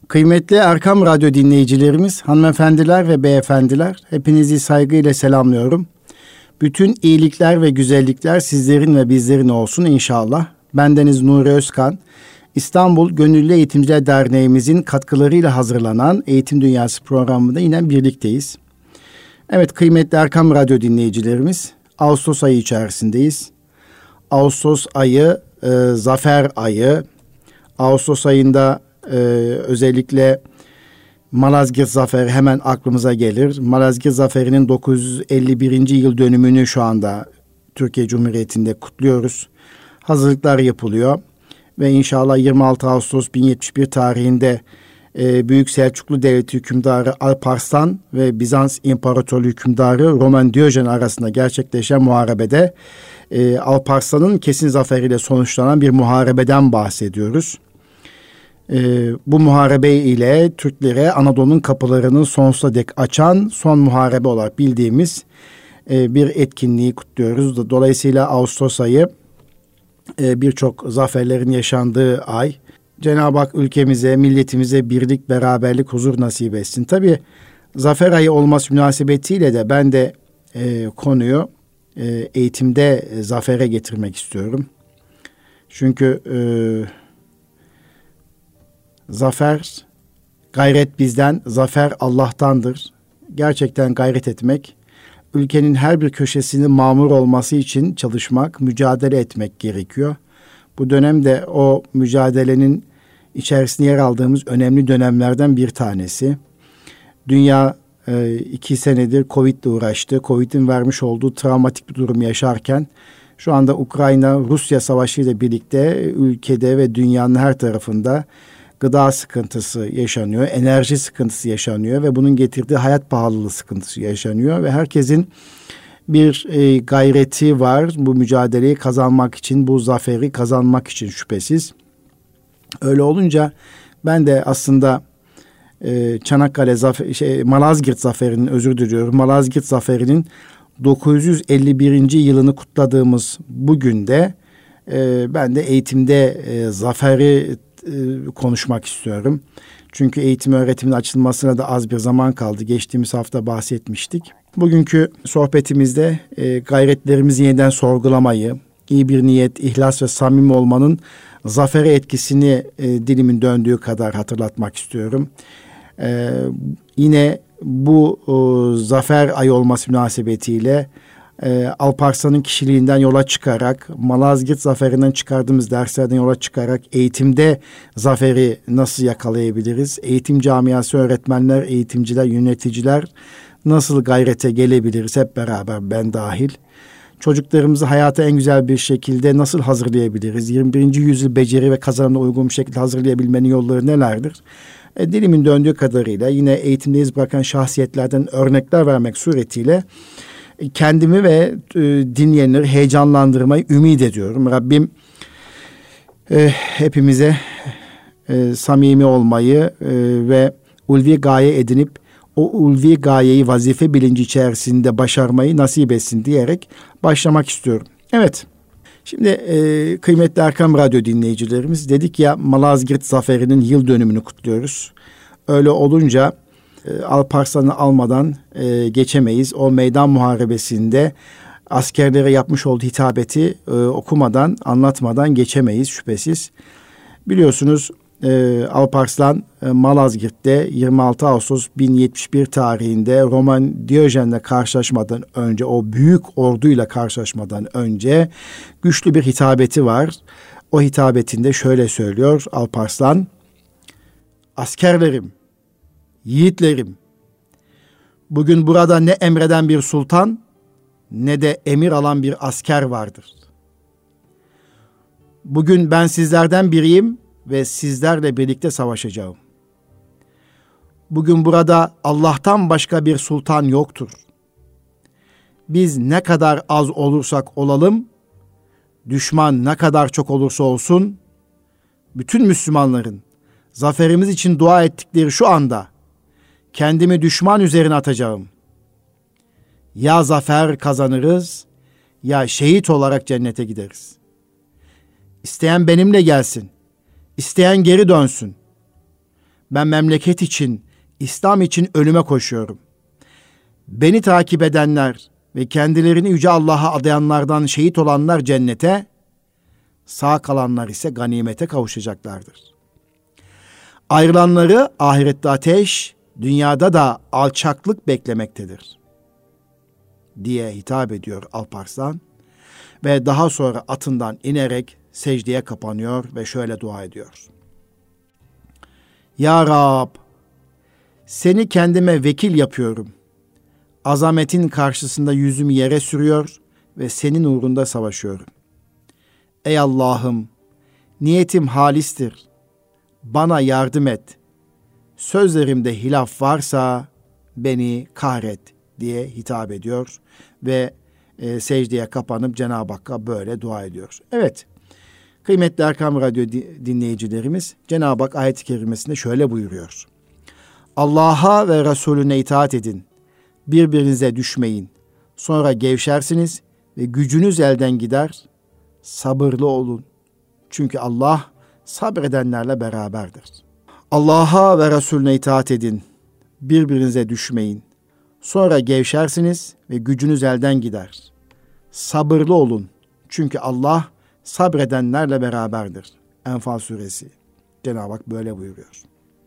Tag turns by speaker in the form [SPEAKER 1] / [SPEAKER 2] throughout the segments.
[SPEAKER 1] Kıymetli Erkam Radyo dinleyicilerimiz, hanımefendiler ve beyefendiler, hepinizi saygıyla selamlıyorum. Bütün iyilikler ve güzellikler sizlerin ve bizlerin olsun inşallah. Bendeniz Nuri Özkan, İstanbul Gönüllü Eğitimciler Derneğimizin katkılarıyla hazırlanan Eğitim Dünyası programında yine birlikteyiz. Evet kıymetli Erkam Radyo dinleyicilerimiz, Ağustos ayı içerisindeyiz. Ağustos ayı, Zafer ayı. Ağustos ayında özellikle Malazgirt Zaferi hemen aklımıza gelir. Malazgirt Zaferi'nin 951. yıl dönümünü şu anda Türkiye Cumhuriyeti'nde kutluyoruz. Hazırlıklar yapılıyor ve inşallah 26 Ağustos 1071 tarihinde Büyük Selçuklu Devleti hükümdarı Alparslan ve Bizans İmparatorluğu hükümdarı Roman Diyojen arasında gerçekleşen muharebede Alparslan'ın kesin zaferiyle sonuçlanan bir muharebeden bahsediyoruz. Bu muharebe ile Türklere Anadolu'nun kapılarını sonsuza dek açan son muharebe olarak bildiğimiz bir etkinliği kutluyoruz. Dolayısıyla Ağustos ayı birçok zaferlerin yaşandığı ay. Cenab-ı Hak ülkemize, milletimize birlik, beraberlik, huzur nasip etsin. Tabii zafer ayı olması münasebetiyle de ben de konuyu eğitimde zafere getirmek istiyorum. Çünkü zafer, gayret bizden, zafer Allah'tandır. Gerçekten gayret etmek, ülkenin her bir köşesinin mamur olması için çalışmak, mücadele etmek gerekiyor. Bu dönemde o mücadelenin içerisinde yer aldığımız önemli dönemlerden bir tanesi. Dünya 2 senedir Covid'le uğraştı. Covid'in vermiş olduğu travmatik bir durum yaşarken şu anda Ukrayna-Rusya savaşı ile birlikte ülkede ve dünyanın her tarafında gıda sıkıntısı yaşanıyor, enerji sıkıntısı yaşanıyor ve bunun getirdiği hayat pahalılığı sıkıntısı yaşanıyor ve herkesin bir gayreti var bu mücadeleyi kazanmak için, bu zaferi kazanmak için şüphesiz. Öyle olunca ben de aslında Malazgirt Zaferi'nin Malazgirt Zaferi'nin 951. yılını kutladığımız bugün de ben de eğitimde zaferi konuşmak istiyorum. Çünkü eğitim öğretimin açılmasına da az bir zaman kaldı. Geçtiğimiz hafta bahsetmiştik. Bugünkü sohbetimizde gayretlerimizi yeniden sorgulamayı, iyi bir niyet, ihlas ve samimi olmanın zafere etkisini dilimin döndüğü kadar hatırlatmak istiyorum. Yine bu zafer ayı olması münasebetiyle Alparslan'ın kişiliğinden yola çıkarak, Malazgirt Zaferi'nden çıkardığımız derslerden yola çıkarak eğitimde zaferi nasıl yakalayabiliriz? Eğitim camiası, öğretmenler, eğitimciler, yöneticiler nasıl gayrete gelebiliriz hep beraber ben dahil? Çocuklarımızı hayata en güzel bir şekilde nasıl hazırlayabiliriz? 21. yüzyıl beceri ve kazanımına uygun bir şekilde hazırlayabilmenin yolları nelerdir? Dilimin döndüğü kadarıyla yine eğitimde iz bırakan şahsiyetlerden örnekler vermek suretiyle kendimi ve dinleyenleri heyecanlandırmayı ümit ediyorum. Rabbim hepimize samimi olmayı ve ulvi gaye edinip o ulvi gayeyi vazife bilinci içerisinde başarmayı nasip etsin diyerek başlamak istiyorum. Evet, şimdi kıymetli Erkam Radyo dinleyicilerimiz, dedik ya Malazgirt Zaferi'nin yıl dönümünü kutluyoruz. Öyle olunca Alparslan'ı almadan geçemeyiz. O meydan muharebesinde askerlere yapmış olduğu hitabeti okumadan, anlatmadan geçemeyiz şüphesiz. Biliyorsunuz Alparslan Malazgirt'te 26 Ağustos 1071 tarihinde Roman Diyojen'le karşılaşmadan önce, o büyük orduyla karşılaşmadan önce güçlü bir hitabeti var. O hitabetinde şöyle söylüyor Alparslan: "Askerlerim, yiğitlerim, bugün burada ne emreden bir sultan ne de emir alan bir asker vardır. Bugün ben sizlerden biriyim ve sizlerle birlikte savaşacağım. Bugün burada Allah'tan başka bir sultan yoktur. Biz ne kadar az olursak olalım, düşman ne kadar çok olursa olsun, bütün Müslümanların zaferimiz için dua ettikleri şu anda kendimi düşman üzerine atacağım. Ya zafer kazanırız ya şehit olarak cennete gideriz. İsteyen benimle gelsin, isteyen geri dönsün. Ben memleket için, İslam için ölüme koşuyorum. Beni takip edenler ve kendilerini Yüce Allah'a adayanlardan şehit olanlar cennete, sağ kalanlar ise ganimete kavuşacaklardır. Ayrılanları ahirette ateş, dünyada da alçaklık beklemektedir diye hitap ediyor Alparslan ve daha sonra atından inerek secdeye kapanıyor ve şöyle dua ediyor. Ya Rab, seni kendime vekil yapıyorum. Azametin karşısında yüzümü yere sürüyor ve senin uğrunda savaşıyorum. Ey Allah'ım, niyetim halistir. Bana yardım et. Sözlerimde hilaf varsa beni kahret diye hitap ediyor ve secdeye kapanıp Cenab-ı Hakk'a böyle dua ediyor. Evet, kıymetli Erkam Radyo dinleyicilerimiz, Cenab-ı Hak ayet-i kerimesinde şöyle buyuruyor. Allah'a ve Resulüne itaat edin. Birbirinize düşmeyin. Sonra gevşersiniz ve gücünüz elden gider. Sabırlı olun. Çünkü Allah sabredenlerle beraberdir. Allah'a ve Resulüne itaat edin. Birbirinize düşmeyin. Sonra gevşersiniz ve gücünüz elden gider. Sabırlı olun. Çünkü Allah sabredenlerle beraberdir. Enfal suresi. Cenab-ı Hak böyle buyuruyor.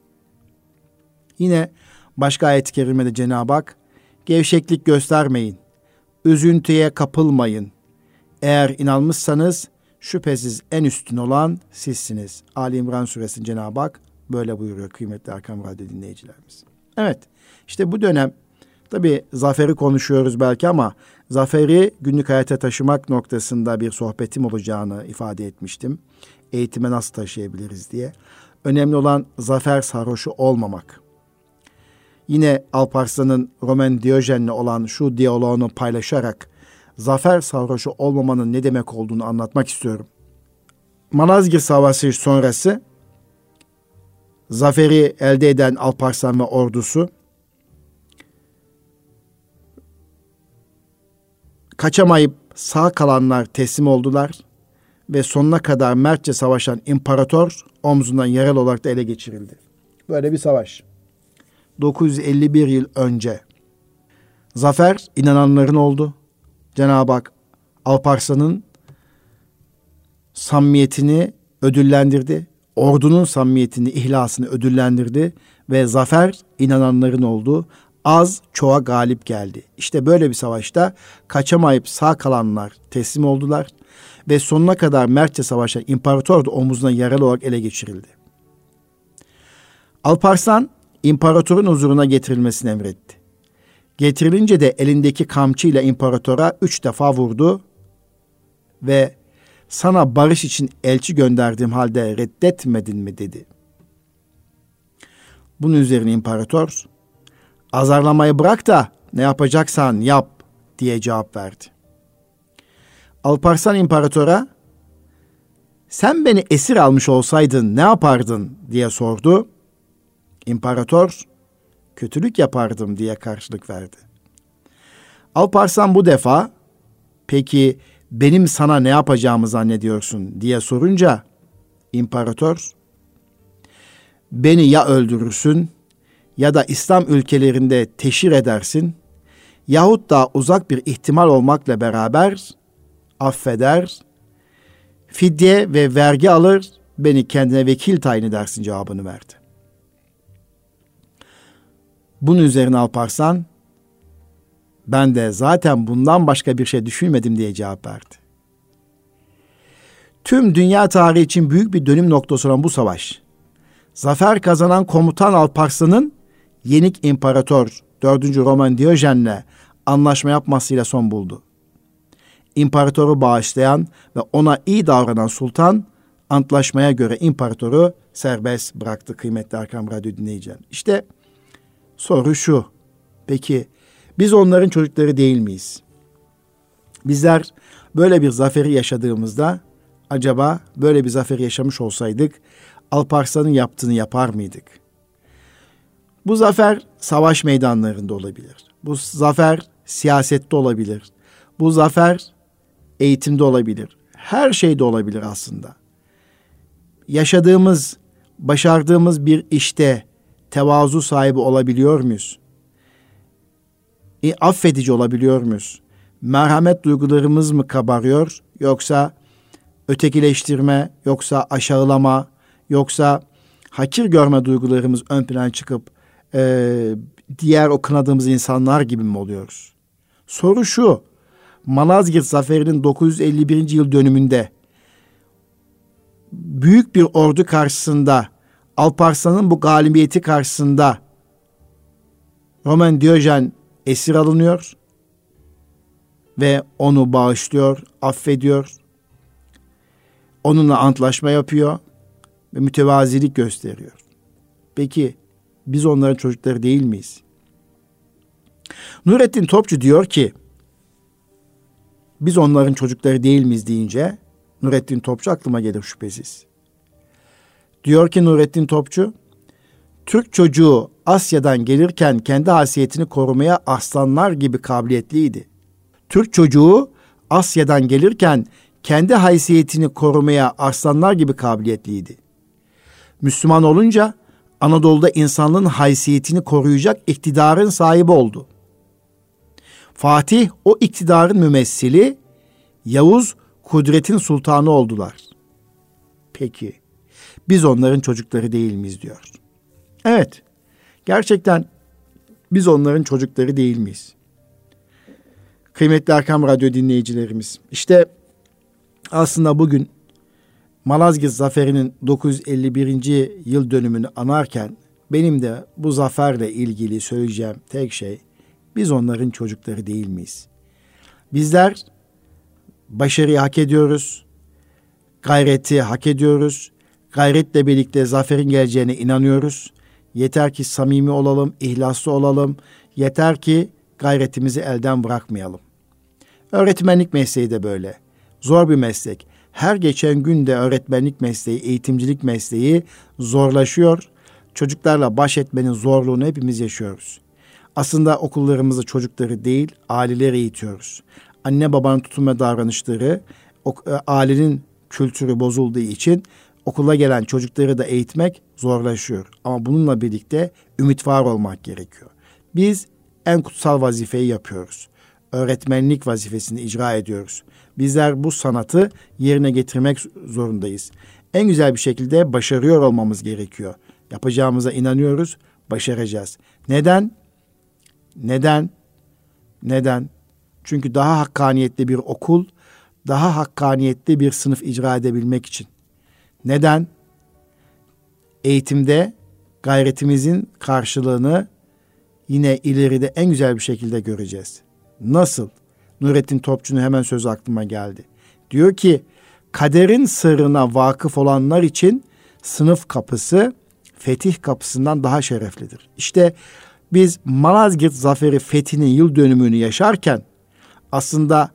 [SPEAKER 1] Yine başka ayet-i kerimede Cenab-ı Hak, gevşeklik göstermeyin, üzüntüye kapılmayın. Eğer inanmışsanız şüphesiz en üstün olan sizsiniz. Ali İmran suresinde Cenab-ı Hak böyle buyuruyor kıymetli Erkam Radyo dinleyicilerimiz. Evet, işte bu dönem tabii zaferi konuşuyoruz belki ama zaferi günlük hayata taşımak noktasında bir sohbetim olacağını ifade etmiştim. Eğitime nasıl taşıyabiliriz diye. Önemli olan zafer sarhoşu olmamak. Yine Alparslan'ın Roman Diyojen'le olan şu diyaloğunu paylaşarak zafer sarhoşu olmamanın ne demek olduğunu anlatmak istiyorum. Malazgirt Savaşı sonrası zaferi elde eden Alparslan ve ordusu kaçamayıp sağ kalanlar teslim oldular ve sonuna kadar mertçe savaşan imparator omzundan yaralı olarak da ele geçirildi. Böyle bir savaş. 951 yıl önce. Zafer inananların oldu. Cenab-ı Hak Alparslan'ın samimiyetini ödüllendirdi. Ordunun samimiyetini, ihlasını ödüllendirdi ve zafer inananların oldu. Az çoğa galip geldi. İşte böyle bir savaşta kaçamayıp sağ kalanlar teslim oldular ve sonuna kadar mertçe savaşan imparator da omuzuna yaralı olarak ele geçirildi. Alparslan imparatorun huzuruna getirilmesini emretti. Getirilince de elindeki kamçıyla imparatora 3 defa vurdu ve sana barış için elçi gönderdiğim halde reddetmedin mi dedi. Bunun üzerine imparator azarlamayı bırak da ne yapacaksan yap diye cevap verdi. Alparslan imparatora sen beni esir almış olsaydın ne yapardın diye sordu. İmparator kötülük yapardım diye karşılık verdi. Alparslan bu defa peki benim sana ne yapacağımı zannediyorsun diye sorunca imparator beni ya öldürürsün ya da İslam ülkelerinde teşhir edersin yahut da uzak bir ihtimal olmakla beraber affeder, fidye ve vergi alır, beni kendine vekil tayin edersin cevabını verdi. Bunun üzerine Alparslan ben de zaten bundan başka bir şey düşünmedim diye cevap verdi. Tüm dünya tarihi için büyük bir dönüm noktası olan bu savaş, zafer kazanan komutan Alparslan'ın yenik imparator 4. Roman Diyojen'le anlaşma yapmasıyla son buldu. İmparatoru bağışlayan ve ona iyi davranan sultan antlaşmaya göre imparatoru serbest bıraktı kıymetli Erkam Radyo dinleyiciler. İşte soru şu. Peki biz onların çocukları değil miyiz? Bizler böyle bir zaferi yaşadığımızda acaba böyle bir zaferi yaşamış olsaydık Alparslan'ın yaptığını yapar mıydık? Bu zafer savaş meydanlarında olabilir. Bu zafer siyasette olabilir. Bu zafer eğitimde olabilir. Her şeyde olabilir aslında. Yaşadığımız, başardığımız bir işte tevazu sahibi olabiliyor muyuz? Affedici olabiliyor muyuz? Merhamet duygularımız mı kabarıyor, yoksa ötekileştirme, yoksa aşağılama, yoksa hakir görme duygularımız ön plana çıkıp diğer o kınadığımız insanlar gibi mi oluyoruz? Soru şu: Malazgirt Zaferi'nin 951. yıl dönümünde büyük bir ordu karşısında, Alparslan'ın bu galibiyeti karşısında Roman Diyojen esir alınıyor ve onu bağışlıyor, affediyor. Onunla antlaşma yapıyor ve mütevazilik gösteriyor. Peki biz onların çocukları değil miyiz? Nurettin Topçu diyor ki, biz onların çocukları değil miyiz deyince Nurettin Topçu aklıma gelir şüphesiz. Diyor ki Nurettin Topçu, Türk çocuğu Asya'dan gelirken kendi haysiyetini korumaya aslanlar gibi kabiliyetliydi. Türk çocuğu Asya'dan gelirken kendi haysiyetini korumaya aslanlar gibi kabiliyetliydi. Müslüman olunca Anadolu'da insanlığın haysiyetini koruyacak iktidarın sahibi oldu. Fatih o iktidarın mümessili, Yavuz kudretin sultanı oldular. Peki biz onların çocukları değil miyiz diyor. Evet, gerçekten biz onların çocukları değil miyiz? Kıymetli Erkam Radyo dinleyicilerimiz, işte aslında bugün Malazgirt Zaferi'nin 951. yıl dönümünü anarken benim de bu zaferle ilgili söyleyeceğim tek şey, biz onların çocukları değil miyiz? Bizler başarıyı hak ediyoruz, gayreti hak ediyoruz, gayretle birlikte zaferin geleceğine inanıyoruz. Yeter ki samimi olalım, ihlaslı olalım, yeter ki gayretimizi elden bırakmayalım. Öğretmenlik mesleği de böyle. Zor bir meslek. Her geçen gün de öğretmenlik mesleği, eğitimcilik mesleği zorlaşıyor. Çocuklarla baş etmenin zorluğunu hepimiz yaşıyoruz. Aslında okullarımızda çocukları değil, aileleri eğitiyoruz. Anne babanın tutum ve davranışları, ailenin kültürü bozulduğu için okula gelen çocukları da eğitmek zorlaşıyor. Ama bununla birlikte ümit var olmak gerekiyor. Biz en kutsal vazifeyi yapıyoruz. Öğretmenlik vazifesini icra ediyoruz. Bizler bu sanatı yerine getirmek zorundayız. En güzel bir şekilde başarıyor olmamız gerekiyor. Yapacağımıza inanıyoruz, başaracağız. Neden? Neden? Çünkü daha hakkaniyetli bir okul, daha hakkaniyetli bir sınıf icra edebilmek için. Neden? Eğitimde gayretimizin karşılığını yine ileride en güzel bir şekilde göreceğiz. Nasıl? Nurettin Topçu'nun hemen sözü aklıma geldi. Diyor ki, kaderin sırrına vakıf olanlar için sınıf kapısı fetih kapısından daha şereflidir. İşte biz Malazgirt Zaferi fethinin yıl dönümünü yaşarken aslında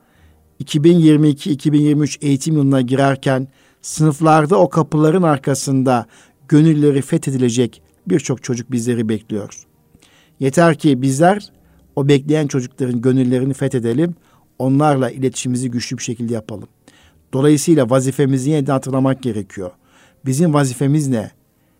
[SPEAKER 1] 2022-2023 eğitim yılına girerken sınıflarda o kapıların arkasında gönülleri fethedilecek birçok çocuk bizleri bekliyor. Yeter ki bizler o bekleyen çocukların gönüllerini fethedelim, onlarla iletişimimizi güçlü bir şekilde yapalım. Dolayısıyla vazifemizi yeniden hatırlamak gerekiyor. Bizim vazifemiz ne?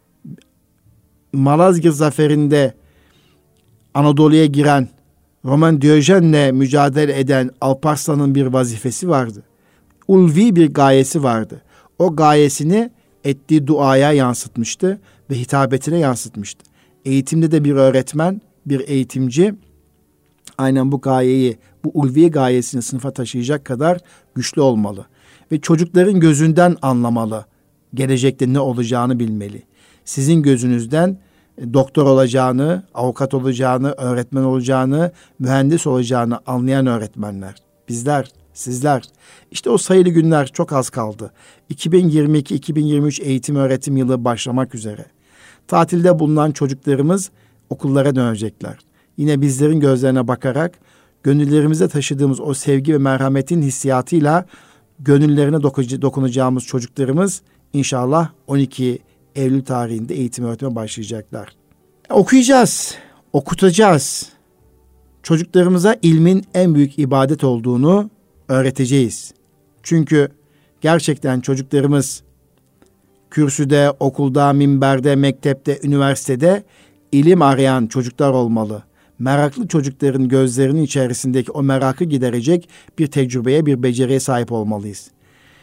[SPEAKER 1] Malazgirt Zaferi'nde Anadolu'ya giren, Roman Diyojen'le mücadele eden Alparslan'ın bir vazifesi vardı. Ulvi bir gayesi vardı. O gayesini ettiği duaya yansıtmıştı ve hitabetine yansıtmıştı. Eğitimde de bir öğretmen, bir eğitimci aynen bu gayeyi, bu ulvi gayesini sınıfa taşıyacak kadar güçlü olmalı. Ve çocukların gözünden anlamalı. Gelecekte ne olacağını bilmeli. Sizin gözünüzden doktor olacağını, avukat olacağını, öğretmen olacağını, mühendis olacağını anlayan öğretmenler. Bizler, sizler. İşte o sayılı günler çok az kaldı. 2022-2023 eğitim öğretim yılı başlamak üzere. Tatilde bulunan çocuklarımız okullara dönecekler. Yine bizlerin gözlerine bakarak gönüllerimize taşıdığımız o sevgi ve merhametin hissiyatıyla gönüllerine dokunacağımız çocuklarımız inşallah 12 Eylül tarihinde eğitim öğretime başlayacaklar. Okuyacağız, okutacağız. Çocuklarımıza ilmin en büyük ibadet olduğunu öğreteceğiz. Çünkü gerçekten çocuklarımız kürsüde, okulda, minberde, mektepte, üniversitede ilim arayan çocuklar olmalı. Meraklı çocukların gözlerinin içerisindeki o merakı giderecek bir tecrübeye, bir beceriye sahip olmalıyız.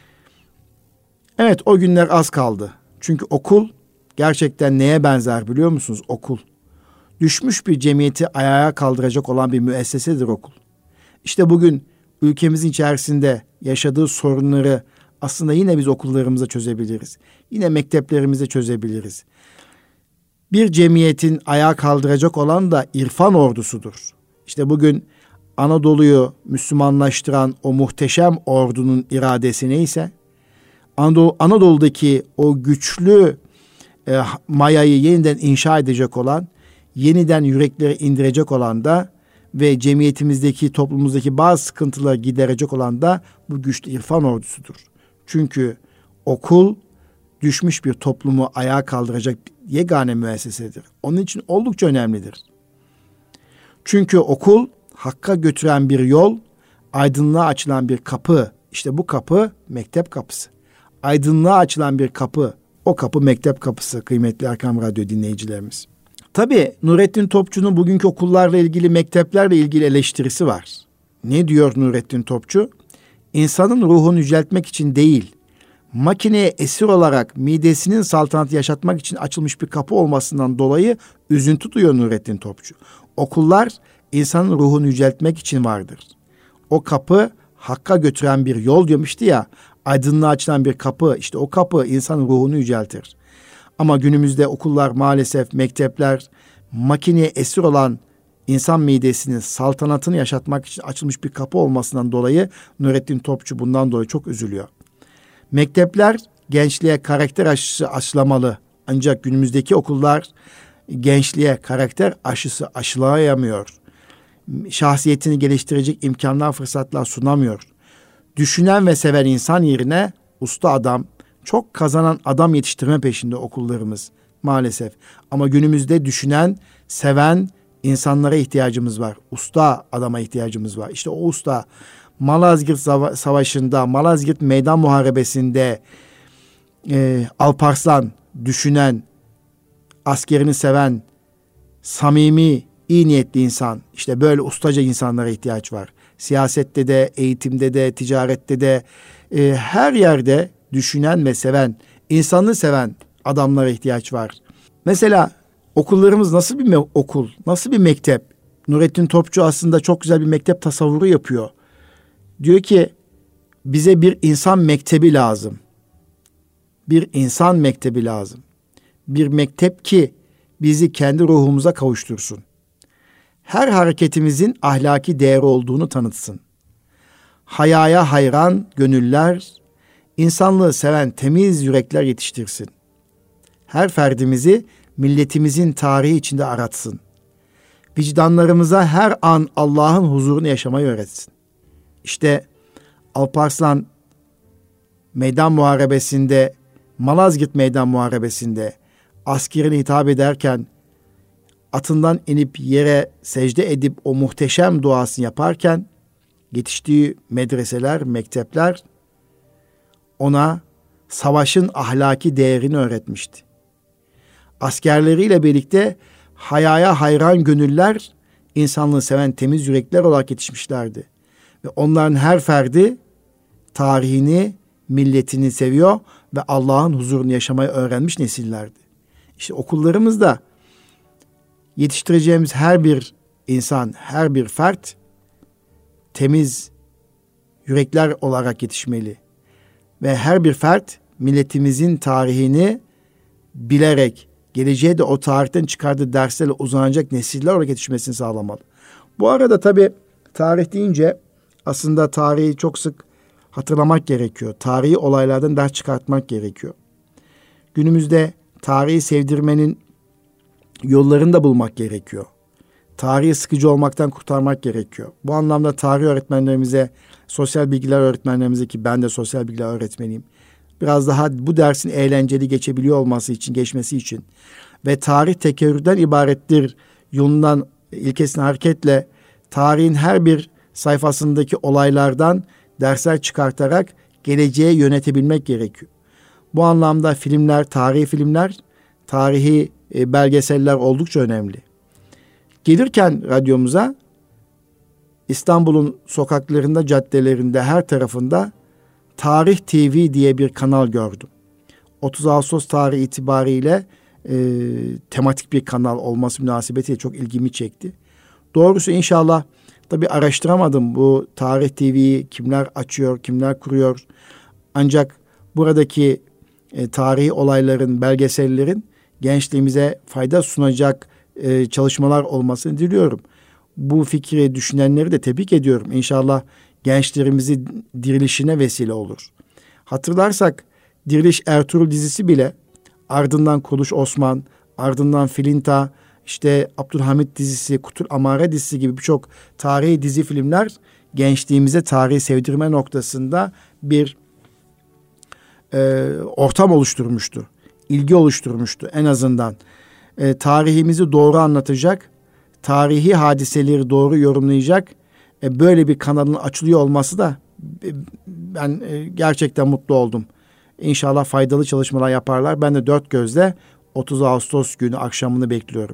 [SPEAKER 1] Evet, o günler az kaldı. Çünkü okul gerçekten neye benzer biliyor musunuz? Okul. Düşmüş bir cemiyeti ayağa kaldıracak olan bir müessesedir okul. İşte bugün ülkemizin içerisinde yaşadığı sorunları aslında yine biz okullarımızda çözebiliriz. Yine mekteplerimizde çözebiliriz. Bir cemiyetin ayağa kaldıracak olan da irfan ordusudur. İşte bugün Anadolu'yu Müslümanlaştıran o muhteşem ordunun iradesi neyse, Anadolu'daki o güçlü mayayı yeniden inşa edecek olan, yeniden yürekleri indirecek olan da ve cemiyetimizdeki, toplumumuzdaki bazı sıkıntıları giderecek olan da bu güçlü irfan ordusudur. Çünkü okul düşmüş bir toplumu ayağa kaldıracak yegane müessesedir. Onun için oldukça önemlidir. Çünkü okul hakka götüren bir yol, aydınlığa açılan bir kapı. İşte bu kapı mektep kapısı. Aydınlığa açılan bir kapı, o kapı mektep kapısı kıymetli Erkam Radyo dinleyicilerimiz. Tabii Nurettin Topçu'nun bugünkü okullarla ilgili, mekteplerle ilgili eleştirisi var. Ne diyor Nurettin Topçu? İnsanın ruhunu yüceltmek için değil, makineye esir olarak midesinin saltanatı yaşatmak için açılmış bir kapı olmasından dolayı üzüntü duyuyor Nurettin Topçu. Okullar insanın ruhunu yüceltmek için vardır. O kapı hakka götüren bir yol demişti ya, aydınlığa açılan bir kapı, işte o kapı insanın ruhunu yüceltir. Ama günümüzde okullar maalesef, mektepler makineye esir olan insan midesinin saltanatını yaşatmak için açılmış bir kapı olmasından dolayı Nurettin Topçu bundan dolayı çok üzülüyor. Mektepler gençliğe karakter aşısı aşılamalı. Ancak günümüzdeki okullar gençliğe karakter aşısı aşılayamıyor. Şahsiyetini geliştirecek imkanlar, fırsatlar sunamıyor. Düşünen ve seven insan yerine usta adam, çok kazanan adam yetiştirme peşinde okullarımız maalesef. Ama günümüzde düşünen, seven insanlara ihtiyacımız var. Usta adama ihtiyacımız var. İşte o usta Malazgirt Savaşı'nda, Malazgirt Meydan Muharebesi'nde Alparslan, düşünen, askerini seven, samimi, iyi niyetli insan. İşte böyle ustaca insanlara ihtiyaç var. Siyasette de, eğitimde de, ticarette de, her yerde düşünen ve seven, insanlığı seven adamlara ihtiyaç var. Mesela okullarımız nasıl bir okul, nasıl bir mektep? Nurettin Topçu aslında çok güzel bir mektep tasavvuru yapıyor. Diyor ki bize bir insan mektebi lazım. Bir insan mektebi lazım. Bir mektep ki bizi kendi ruhumuza kavuştursun. Her hareketimizin ahlaki değeri olduğunu tanıtsın. Hayaya hayran gönüller, insanlığı seven temiz yürekler yetiştirsin. Her ferdimizi milletimizin tarihi içinde aratsın. Vicdanlarımıza her an Allah'ın huzurunu yaşamayı öğretsin. İşte Alparslan Meydan Muharebesi'nde, Malazgirt Meydan Muharebesi'nde askerine hitap ederken atından inip yere secde edip o muhteşem duasını yaparken yetiştiği medreseler, mektepler ona savaşın ahlaki değerini öğretmişti. Askerleriyle birlikte hayaya hayran gönüller, insanlığı seven temiz yürekler olarak yetişmişlerdi. Ve onların her ferdi tarihini, milletini seviyor ve Allah'ın huzurunu yaşamayı öğrenmiş nesillerdi. İşte okullarımızda yetiştireceğimiz her bir insan, her bir fert temiz yürekler olarak yetişmeli. Ve her bir fert milletimizin tarihini bilerek, geleceğe de o tarihten çıkardığı derslerle uzanacak nesiller olarak yetişmesini sağlamalı. Bu arada tabii tarih deyince aslında tarihi çok sık hatırlamak gerekiyor. Tarihi olaylardan ders çıkartmak gerekiyor. Günümüzde tarihi sevdirmenin yollarını da bulmak gerekiyor. Tarihi sıkıcı olmaktan kurtarmak gerekiyor. Bu anlamda tarih öğretmenlerimize, sosyal bilgiler öğretmenlerimize, ki ben de sosyal bilgiler öğretmeniyim, biraz daha bu dersin eğlenceli geçebiliyor olması için, geçmesi için ve tarih tekerrürden ibarettir yolundan, ilkesine hareketle tarihin her bir sayfasındaki olaylardan dersler çıkartarak geleceğe yönetebilmek gerekiyor. Bu anlamda filmler, tarihi belgeseller oldukça önemli. Gelirken radyomuza İstanbul'un sokaklarında, caddelerinde, her tarafında Tarih TV diye bir kanal gördüm. 30 Ağustos tarihi itibariyle tematik bir kanal olması münasebetiyle çok ilgimi çekti. Doğrusu inşallah tabii araştıramadım bu Tarih TV'yi kimler açıyor, kimler kuruyor. Ancak buradaki tarihi olayların, belgesellerin gençliğimize fayda sunacak çalışmalar olmasını diliyorum. Bu fikri düşünenleri de tebrik ediyorum. İnşallah gençlerimizi dirilişine vesile olur. Hatırlarsak Diriliş Ertuğrul dizisi bile, ardından Kuruluş Osman, ardından Filinta, işte Abdülhamit dizisi, Kutul Amare dizisi gibi birçok tarihi dizi filmler gençliğimize tarihi sevdirme noktasında bir ortam oluşturmuştu. İlgi oluşturmuştu en azından. Tarihimizi doğru anlatacak, tarihi hadiseleri doğru yorumlayacak böyle bir kanalın açılıyor olması da ben gerçekten mutlu oldum. İnşallah faydalı çalışmalar yaparlar. Ben de dört gözle 30 Ağustos günü akşamını bekliyorum.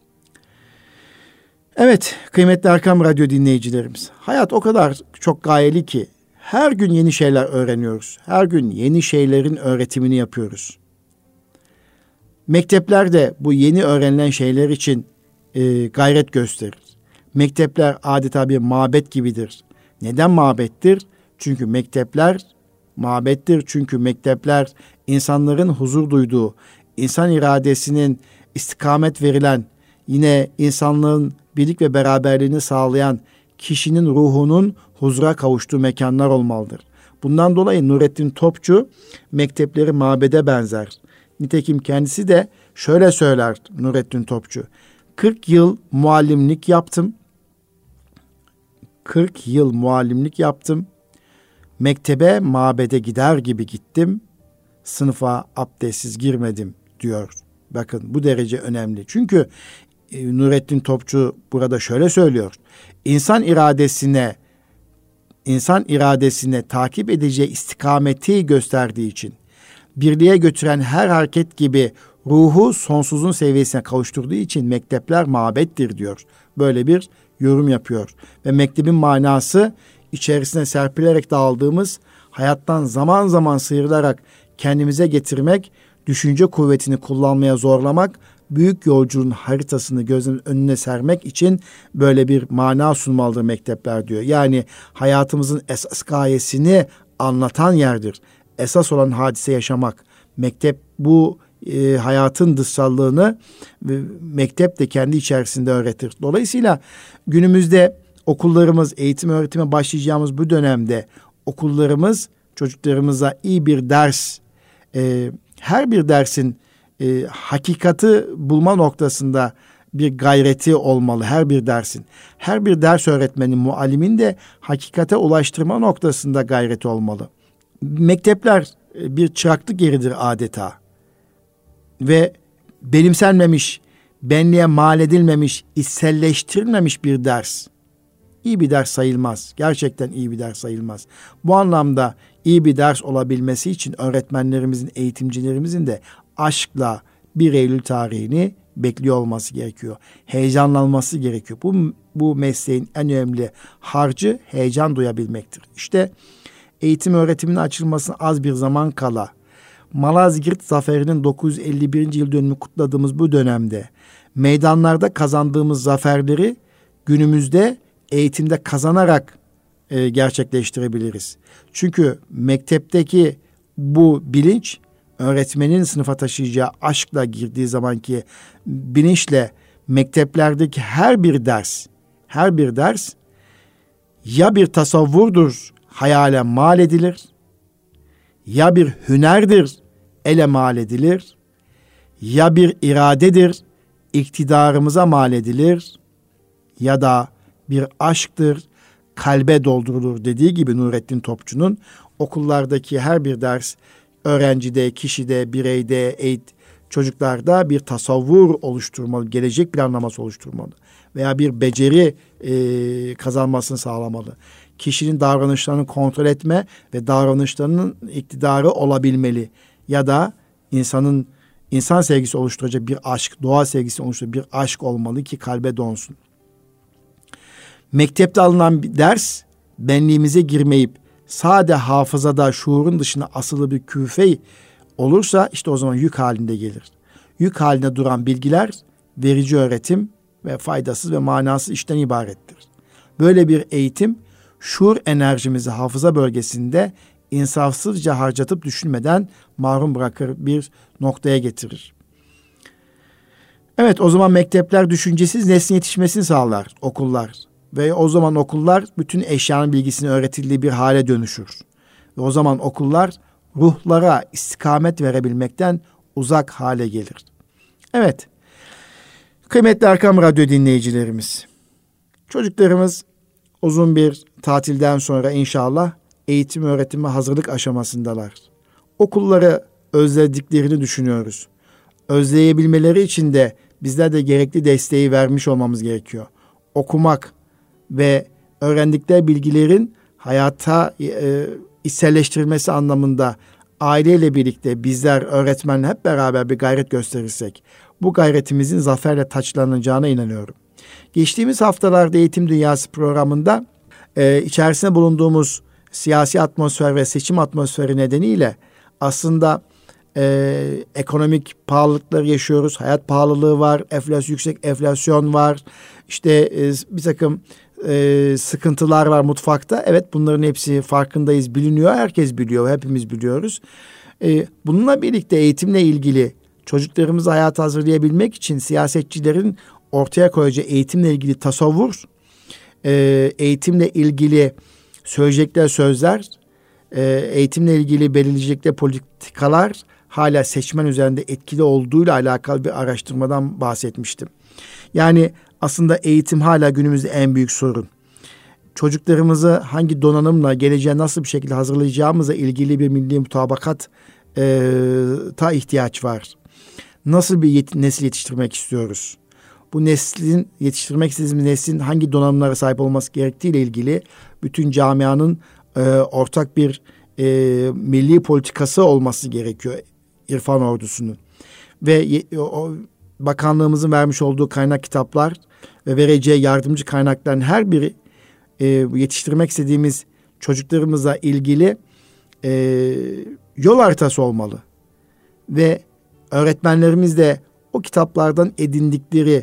[SPEAKER 1] Evet, kıymetli Erkam Radyo dinleyicilerimiz. Hayat o kadar çok gayeli ki her gün yeni şeyler öğreniyoruz. Her gün yeni şeylerin öğretimini yapıyoruz. Mektepler de bu yeni öğrenilen şeyler için gayret gösterir. Mektepler adeta bir mabet gibidir. Neden mabettir? Çünkü mektepler mabettir. Çünkü mektepler insanların huzur duyduğu, insan iradesinin istikamet verilen, yine insanlığın birlik ve beraberliğini sağlayan kişinin ruhunun huzura kavuştuğu mekanlar olmalıdır. Bundan dolayı Nurettin Topçu mektepleri mabede benzer. Nitekim kendisi de şöyle söyler Nurettin Topçu. 40 yıl muallimlik yaptım. 40 yıl muallimlik yaptım. Mektebe, mabede gider gibi gittim. Sınıfa abdestsiz girmedim diyor. Bakın bu derece önemli. Çünkü Nurettin Topçu burada şöyle söylüyor. İnsan iradesine takip edeceği istikameti gösterdiği için, birliğe götüren her hareket gibi ruhu sonsuzun seviyesine kavuşturduğu için mektepler mabettir diyor. Böyle bir yorum yapıyor. Ve mektebin manası içerisine serpilerek dağıldığımız, hayattan zaman zaman sıyrılarak kendimize getirmek, düşünce kuvvetini kullanmaya zorlamak, büyük yolculuğun haritasını gözümüzün önüne sermek için böyle bir mana sunmalıdır mektepler diyor. Yani hayatımızın esas gayesini anlatan yerdir. Esas olan hadise yaşamak. Mektep bu hayatın dışsallığını mektep de kendi içerisinde öğretir. Dolayısıyla günümüzde okullarımız, eğitim öğretime başlayacağımız bu dönemde okullarımız çocuklarımıza iyi bir ders, her bir dersin hakikati bulma noktasında bir gayreti olmalı her bir dersin. Her bir ders öğretmenin, muallimin de hakikate ulaştırma noktasında gayreti olmalı. Mektepler bir çıraklık yeridir adeta. Ve benimsenmemiş, benliğe mal edilmemiş, içselleştirilmemiş bir ders. İyi bir ders sayılmaz. Gerçekten iyi bir ders sayılmaz. Bu anlamda iyi bir ders olabilmesi için öğretmenlerimizin, eğitimcilerimizin de aşkla 1 Eylül tarihini bekliyor olması gerekiyor. Heyecanlanması gerekiyor. Bu mesleğin en önemli harcı heyecan duyabilmektir. İşte eğitim öğretiminin açılmasına az bir zaman kala, Malazgirt Zaferi'nin 951. yıl dönümünü kutladığımız bu dönemde meydanlarda kazandığımız zaferleri günümüzde eğitimde kazanarak gerçekleştirebiliriz. Çünkü mektepteki bu bilinç öğretmenin sınıfa taşıyacağı aşkla girdiği zamanki bilinçle mekteplerdeki her bir ders ya bir tasavvurdur, hayale mal edilir, ya bir hünerdir, ele mal edilir, ya bir iradedir, iktidarımıza mal edilir, ya da bir aşktır, kalbe doldurulur dediği gibi Nurettin Topçu'nun okullardaki her bir ders öğrencide, kişide, bireyde, çocuklarda bir tasavvur oluşturmalı, gelecek planlaması oluşturmalı veya bir beceri kazanmasını sağlamalı. Kişinin davranışlarını kontrol etme ve davranışlarının iktidarı olabilmeli ya da insanın insan sevgisi oluşturacak bir aşk, doğa sevgisi oluşturacak bir aşk olmalı ki kalbe donsun. Mektepte alınan bir ders benliğimize girmeyip sade hafızada şuurun dışına asılı bir küfe olursa işte o zaman yük halinde gelir. Yük halinde duran bilgiler verici öğretim ve faydasız ve manasız işten ibarettir. Böyle bir eğitim şuur enerjimizi hafıza bölgesinde insafsızca harcatıp düşünmeden mahrum bırakır bir noktaya getirir. Evet, o zaman mektepler düşüncesiz neslin yetişmesini sağlar, okullar. Ve o zaman okullar bütün eşyanın bilgisini öğretildiği bir hale dönüşür. Ve o zaman okullar ruhlara istikamet verebilmekten uzak hale gelir. Evet, kıymetli Erkam Radyo dinleyicilerimiz, çocuklarımız uzun bir tatilden sonra inşallah eğitim öğretime hazırlık aşamasındalar. Okulları özlediklerini düşünüyoruz. Özleyebilmeleri için de bizler de gerekli desteği vermiş olmamız gerekiyor. Okumak ve öğrendikleri bilgilerin hayata içselleştirilmesi anlamında aileyle birlikte bizler öğretmenle hep beraber bir gayret gösterirsek bu gayretimizin zaferle taçlanacağına inanıyorum. Geçtiğimiz haftalarda Eğitim Dünyası programında içerisinde bulunduğumuz siyasi atmosfer ve seçim atmosferi nedeniyle aslında ekonomik pahalılıkları yaşıyoruz. Hayat pahalılığı var, yüksek enflasyon var. İşte bir takım sıkıntılar var mutfakta. Evet, bunların hepsi farkındayız, biliniyor. Herkes biliyor, hepimiz biliyoruz. Bununla birlikte eğitimle ilgili çocuklarımızı hayata hazırlayabilmek için siyasetçilerin ortaya koyacağı eğitimle ilgili tasavvur, eğitimle ilgili söyleyecekleri sözler, eğitimle ilgili belirleyecekleri politikalar hala seçmen üzerinde etkili olduğuyla alakalı bir araştırmadan bahsetmiştim. Yani aslında eğitim hala günümüzde en büyük sorun. Çocuklarımızı hangi donanımla geleceğe nasıl bir şekilde hazırlayacağımızla ilgili bir milli mutabakat ta ihtiyaç var. Nasıl bir nesil yetiştirmek istiyoruz? Bu yetiştirmek istediğimiz neslin hangi donanımlara sahip olması gerektiğiyle ilgili bütün camianın ortak bir milli politikası olması gerekiyor İrfan ordusunun. Ve bakanlığımızın vermiş olduğu kaynak kitaplar ve vereceği yardımcı kaynakların her biri yetiştirmek istediğimiz çocuklarımızla ilgili yol haritası olmalı. Ve öğretmenlerimiz de o kitaplardan edindikleri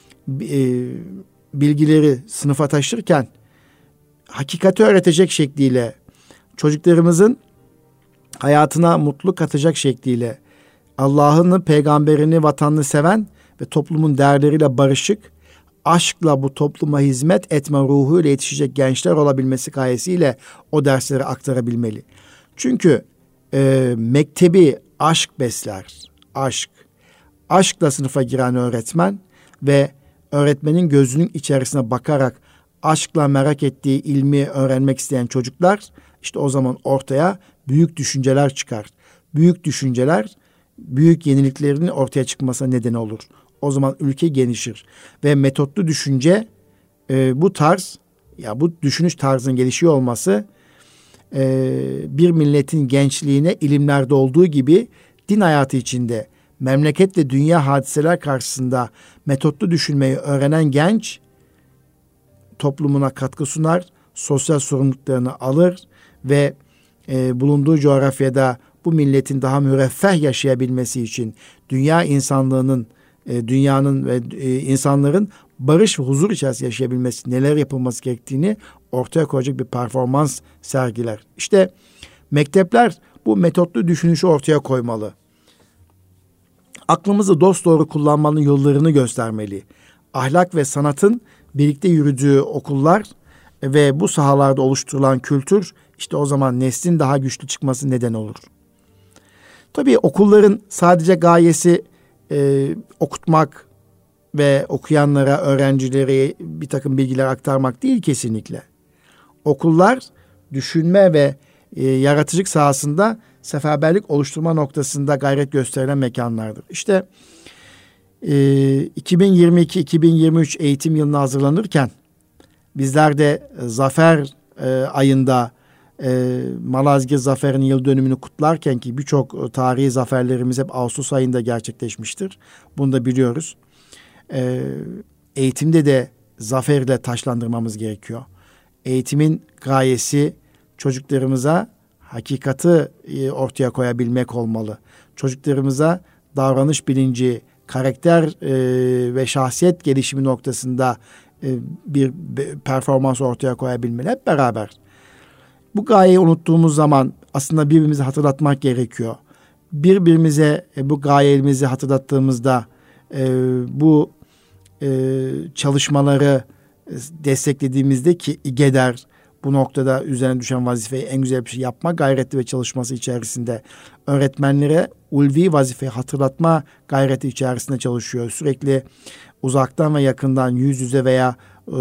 [SPEAKER 1] bilgileri sınıfa taşırken hakikati öğretecek şekliyle, çocuklarımızın hayatına mutluluk katacak şekliyle Allah'ını, peygamberini, vatanını seven ve toplumun değerleriyle barışık, aşkla bu topluma hizmet etme ruhuyla yetişecek gençler olabilmesi gayesiyle o dersleri aktarabilmeli. Çünkü mektebi aşk besler, aşk. Aşkla sınıfa giren öğretmen ve öğretmenin gözünün içerisine bakarak aşkla merak ettiği ilmi öğrenmek isteyen çocuklar, işte o zaman ortaya büyük düşünceler çıkar. Büyük düşünceler, büyük yeniliklerin ortaya çıkmasına neden olur. O zaman ülke genişir ve metotlu düşünce bu tarz, ya bu düşünüş tarzının gelişiyor olması bir milletin gençliğine ilimlerde olduğu gibi din hayatı içinde memleket ve dünya hadiseler karşısında metotlu düşünmeyi öğrenen genç toplumuna katkı sunar, sosyal sorumluluklarını alır ve bulunduğu coğrafyada bu milletin daha müreffeh yaşayabilmesi için dünyanın ve insanların barış ve huzur içerisinde yaşayabilmesi, neler yapılması gerektiğini ortaya koyacak bir performans sergiler. İşte mektepler bu metotlu düşünüşü ortaya koymalı. Aklımızı dosdoğru kullanmanın yollarını göstermeli. Ahlak ve sanatın birlikte yürüdüğü okullar ve bu sahalarda oluşturulan kültür işte o zaman neslin daha güçlü çıkması neden olur. Tabii okulların sadece gayesi okutmak ve okuyanlara, öğrencilere bir takım bilgiler aktarmak değil kesinlikle. Okullar düşünme ve yaratıcılık sahasında seferberlik oluşturma noktasında gayret gösterilen mekanlardır. İşte 2022-2023 eğitim yılına hazırlanırken bizler de zafer ayında Malazgirt Zaferi'nin yıl dönümünü kutlarken ki birçok tarihi zaferlerimiz hep Ağustos ayında gerçekleşmiştir. Bunu da biliyoruz. Eğitimde de zaferle taçlandırmamız gerekiyor. Eğitimin gayesi çocuklarımıza hakikati ortaya koyabilmek olmalı. Çocuklarımıza davranış bilinci, karakter ve şahsiyet gelişimi noktasında bir performans ortaya koyabilmeli hep beraber. Bu gayeyi unuttuğumuz zaman aslında birbirimizi hatırlatmak gerekiyor. Birbirimize bu gayemizi hatırlattığımızda bu çalışmaları desteklediğimizde ki İGEDER bu noktada üzerine düşen vazifeyi en güzel bir şey yapma gayreti ve çalışması içerisinde öğretmenlere ulvi vazifeyi hatırlatma gayreti içerisinde çalışıyor. Sürekli uzaktan ve yakından yüz yüze veya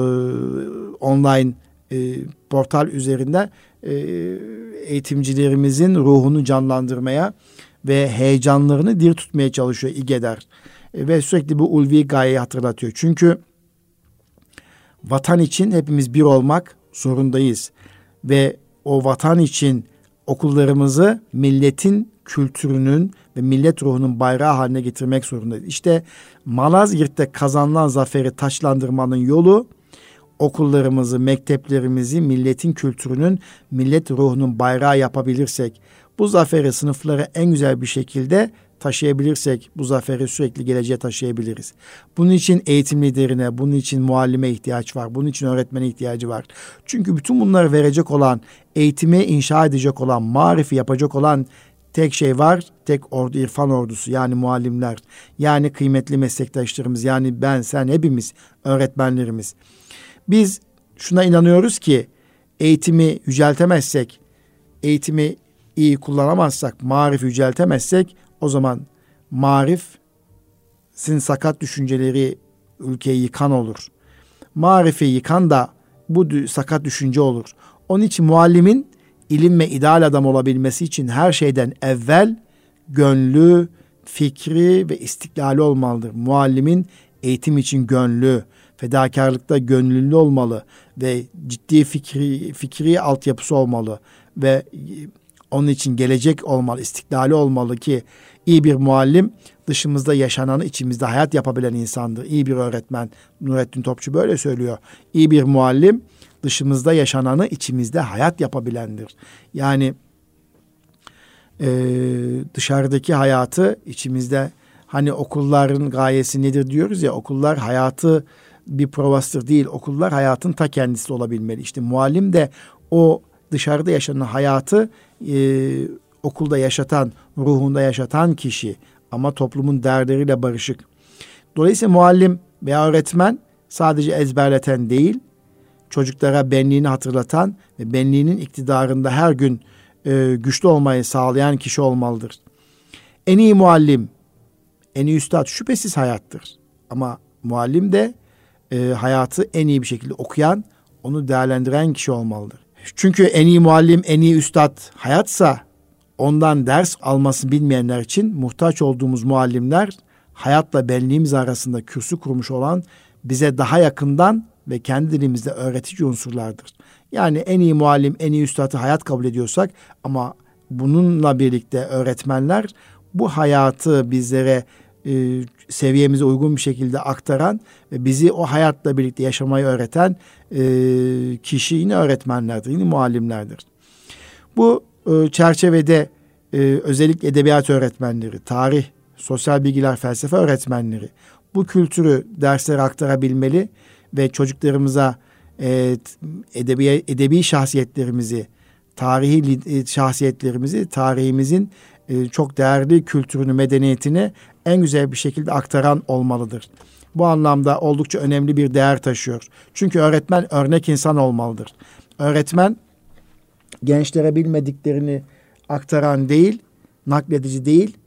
[SPEAKER 1] online portal üzerinde eğitimcilerimizin ruhunu canlandırmaya ve heyecanlarını diri tutmaya çalışıyor İGEDER. Ve sürekli bu ulvi gayeyi hatırlatıyor. Çünkü vatan için hepimiz bir olmak zorundayız. Ve o vatan için okullarımızı milletin kültürünün ve millet ruhunun bayrağı haline getirmek zorundayız. İşte Malazgirt'te kazanılan zaferi taçlandırmanın yolu okullarımızı, mekteplerimizi milletin kültürünün, millet ruhunun bayrağı yapabilirsek, bu zaferi sınıflara en güzel bir şekilde taşıyabilirsek, bu zaferi sürekli geleceğe taşıyabiliriz. Bunun için eğitim liderine, bunun için muallime ihtiyaç var, bunun için öğretmene ihtiyacı var. Çünkü bütün bunları verecek olan, eğitimi inşa edecek olan, marifi yapacak olan tek şey var, tek ordu, irfan ordusu, yani muallimler, yani kıymetli meslektaşlarımız, yani ben, sen, hepimiz, öğretmenlerimiz. Biz şuna inanıyoruz ki eğitimi yüceltemezsek, eğitimi iyi kullanamazsak, marifi yüceltemezsek o zaman marifin sakat düşünceleri ülkeyi yıkan olur. Marifi yıkan da bu sakat düşünce olur. Onun için muallimin ilim ve ideal adam olabilmesi için her şeyden evvel gönlü, fikri ve istiklali olmalıdır. Muallimin eğitim için gönlü, fedakarlıkta gönüllü olmalı ve ciddi fikri altyapısı olmalı ve onun için gelecek olmalı, istiklali olmalı ki iyi bir muallim dışımızda yaşananı içimizde hayat yapabilen insandır. İyi bir öğretmen, Nurettin Topçu böyle söylüyor. İyi bir muallim dışımızda yaşananı içimizde hayat yapabilendir. Yani dışarıdaki hayatı içimizde, hani okulların gayesi nedir diyoruz ya, okullar hayatı bir provastır değil, okullar hayatın ta kendisi olabilmeli. İşte muallim de o dışarıda yaşanan hayatı okulda yaşatan, ruhunda yaşatan kişi ama toplumun dertleriyle barışık. Dolayısıyla muallim veya öğretmen sadece ezberleten değil, çocuklara benliğini hatırlatan ve benliğinin iktidarında her gün güçlü olmayı sağlayan kişi olmalıdır. En iyi muallim, en iyi üstad şüphesiz hayattır. Ama muallim de hayatı en iyi bir şekilde okuyan, onu değerlendiren kişi olmalıdır. Çünkü en iyi muallim, en iyi üstad hayatsa ondan ders almasını bilmeyenler için muhtaç olduğumuz muallimler hayatla benliğimiz arasında kürsü kurmuş olan bize daha yakından ve kendi dilimizde öğretici unsurlardır. Yani en iyi muallim, en iyi üstadı hayat kabul ediyorsak ama bununla birlikte öğretmenler bu hayatı bizlere seviyemize uygun bir şekilde aktaran ve bizi o hayatla birlikte yaşamayı öğreten kişi yine öğretmenlerdir, yine muallimlerdir. Bu çerçevede özellikle edebiyat öğretmenleri, tarih, sosyal bilgiler, felsefe öğretmenleri bu kültürü derslere aktarabilmeli ve çocuklarımıza edebi şahsiyetlerimizi, tarihi şahsiyetlerimizi, tarihimizin çok değerli kültürünü, medeniyetini en güzel bir şekilde aktaran olmalıdır. Bu anlamda oldukça önemli bir değer taşıyor. Çünkü öğretmen örnek insan olmalıdır. Öğretmen gençlere bilmediklerini aktaran değil, nakledici değil.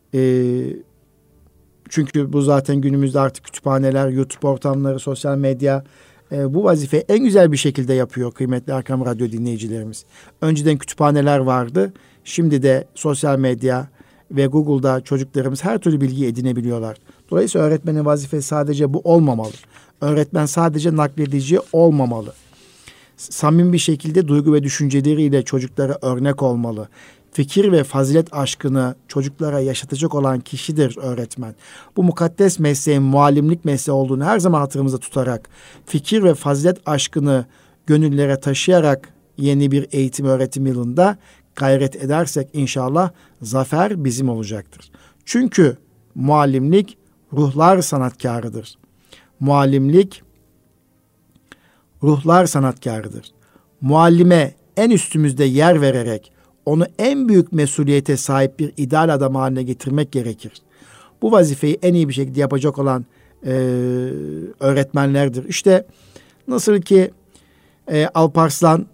[SPEAKER 1] Çünkü bu zaten günümüzde artık kütüphaneler, YouTube ortamları, sosyal medya bu vazifeyi en güzel bir şekilde yapıyor kıymetli Erkam Radyo dinleyicilerimiz. Önceden kütüphaneler vardı. Şimdi de sosyal medya ve Google'da çocuklarımız her türlü bilgiyi edinebiliyorlar. Dolayısıyla öğretmenin vazifesi sadece bu olmamalı. Öğretmen sadece nakledici olmamalı. samimi bir şekilde duygu ve düşünceleriyle çocuklara örnek olmalı. Fikir ve fazilet aşkını çocuklara yaşatacak olan kişidir öğretmen. Bu mukaddes mesleğin muallimlik mesleği olduğunu her zaman hatırımızda tutarak, fikir ve fazilet aşkını gönüllere taşıyarak yeni bir eğitim öğretim yılında gayret edersek inşallah zafer bizim olacaktır. Çünkü muallimlik ruhlar sanatkarıdır. Muallimlik ruhlar sanatkarıdır. Muallime en üstümüzde yer vererek onu en büyük mesuliyete sahip bir ideal adam haline getirmek gerekir. Bu vazifeyi en iyi bir şekilde yapacak olan öğretmenlerdir. İşte nasıl ki Alparslan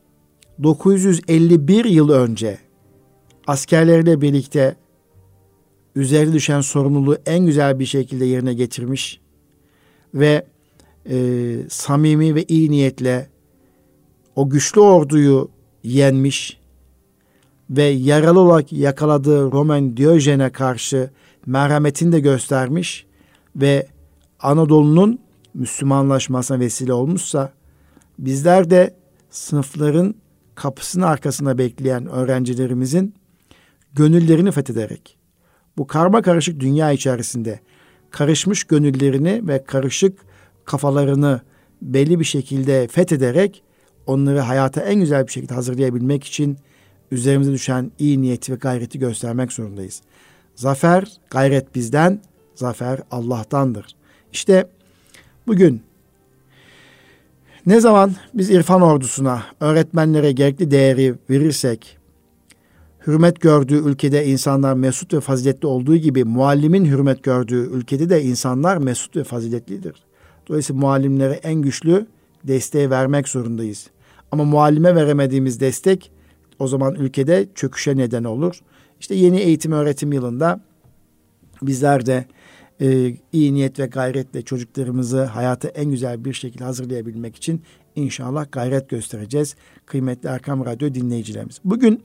[SPEAKER 1] 951 yıl önce askerleriyle birlikte üzerine düşen sorumluluğu en güzel bir şekilde yerine getirmiş ve samimi ve iyi niyetle o güçlü orduyu yenmiş ve yaralı olarak yakaladığı Roman Diyojen'e karşı merhametini de göstermiş ve Anadolu'nun Müslümanlaşmasına vesile olmuşsa, bizler de sınıfların kapısının arkasında bekleyen öğrencilerimizin gönüllerini fethederek, bu karma karışık dünya içerisinde karışmış gönüllerini ve karışık kafalarını belli bir şekilde fethederek onları hayata en güzel bir şekilde hazırlayabilmek için üzerimize düşen iyi niyeti ve gayreti göstermek zorundayız. Zafer, gayret bizden, zafer Allah'tandır. İşte bugün ne zaman biz irfan ordusuna, öğretmenlere gerekli değeri verirsek, hürmet gördüğü ülkede insanlar mesut ve faziletli olduğu gibi muallimin hürmet gördüğü ülkede de insanlar mesut ve faziletlidir. Dolayısıyla muallimlere en güçlü desteği vermek zorundayız. Ama muallime veremediğimiz destek o zaman ülkede çöküşe neden olur. İşte yeni eğitim öğretim yılında bizler de iyi niyet ve gayretle çocuklarımızı hayata en güzel bir şekilde hazırlayabilmek için inşallah gayret göstereceğiz. Kıymetli Erkam Radyo dinleyicilerimiz. Bugün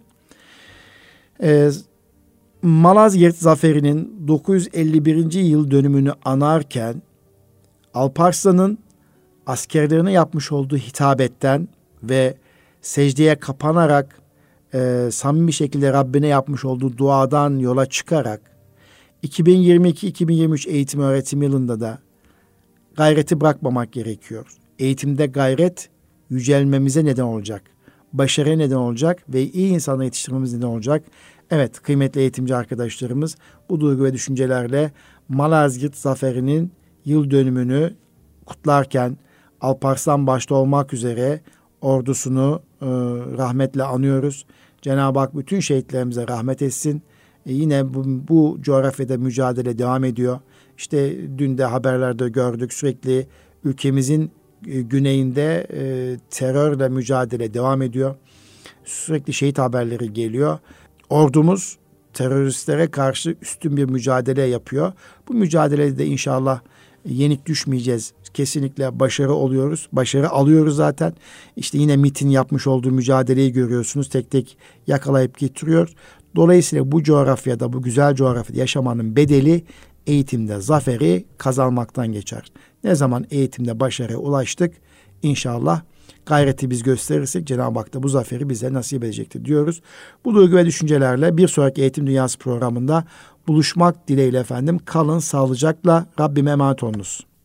[SPEAKER 1] Malazgirt Zaferi'nin 951. yıl dönümünü anarken Alparslan'ın askerlerine yapmış olduğu hitabetten ve secdeye kapanarak samimi bir şekilde Rabbine yapmış olduğu duadan yola çıkarak 2022-2023 eğitim öğretim yılında da gayreti bırakmamak gerekiyor. Eğitimde gayret yücelmemize neden olacak. Başarıya neden olacak ve iyi insanları yetiştirmemiz neden olacak. Evet, kıymetli eğitimci arkadaşlarımız, bu duygu ve düşüncelerle Malazgirt Zaferi'nin yıl dönümünü kutlarken Alparslan başta olmak üzere ordusunu rahmetle anıyoruz. Cenab-ı Hak bütün şehitlerimize rahmet etsin. Yine bu coğrafyada mücadele devam ediyor. İşte dün de haberlerde gördük, sürekli ülkemizin güneyinde terörle mücadele devam ediyor. Sürekli şehit haberleri geliyor. Ordumuz teröristlere karşı üstün bir mücadele yapıyor. Bu mücadelede de inşallah yenik düşmeyeceğiz. Kesinlikle başarı oluyoruz. Başarı alıyoruz zaten. İşte yine MİT'in yapmış olduğu mücadeleyi görüyorsunuz. Tek tek yakalayıp getiriyor. Dolayısıyla bu coğrafyada, bu güzel coğrafyada yaşamanın bedeli eğitimde zaferi kazanmaktan geçer. Ne zaman eğitimde başarıya ulaştık, İnşallah gayreti biz gösterirsek Cenab-ı Hak da bu zaferi bize nasip edecektir diyoruz. Bu duygu ve düşüncelerle bir sonraki Eğitim Dünyası programında buluşmak dileğiyle efendim. Kalın sağlıcakla, Rabbime emanet olunuz.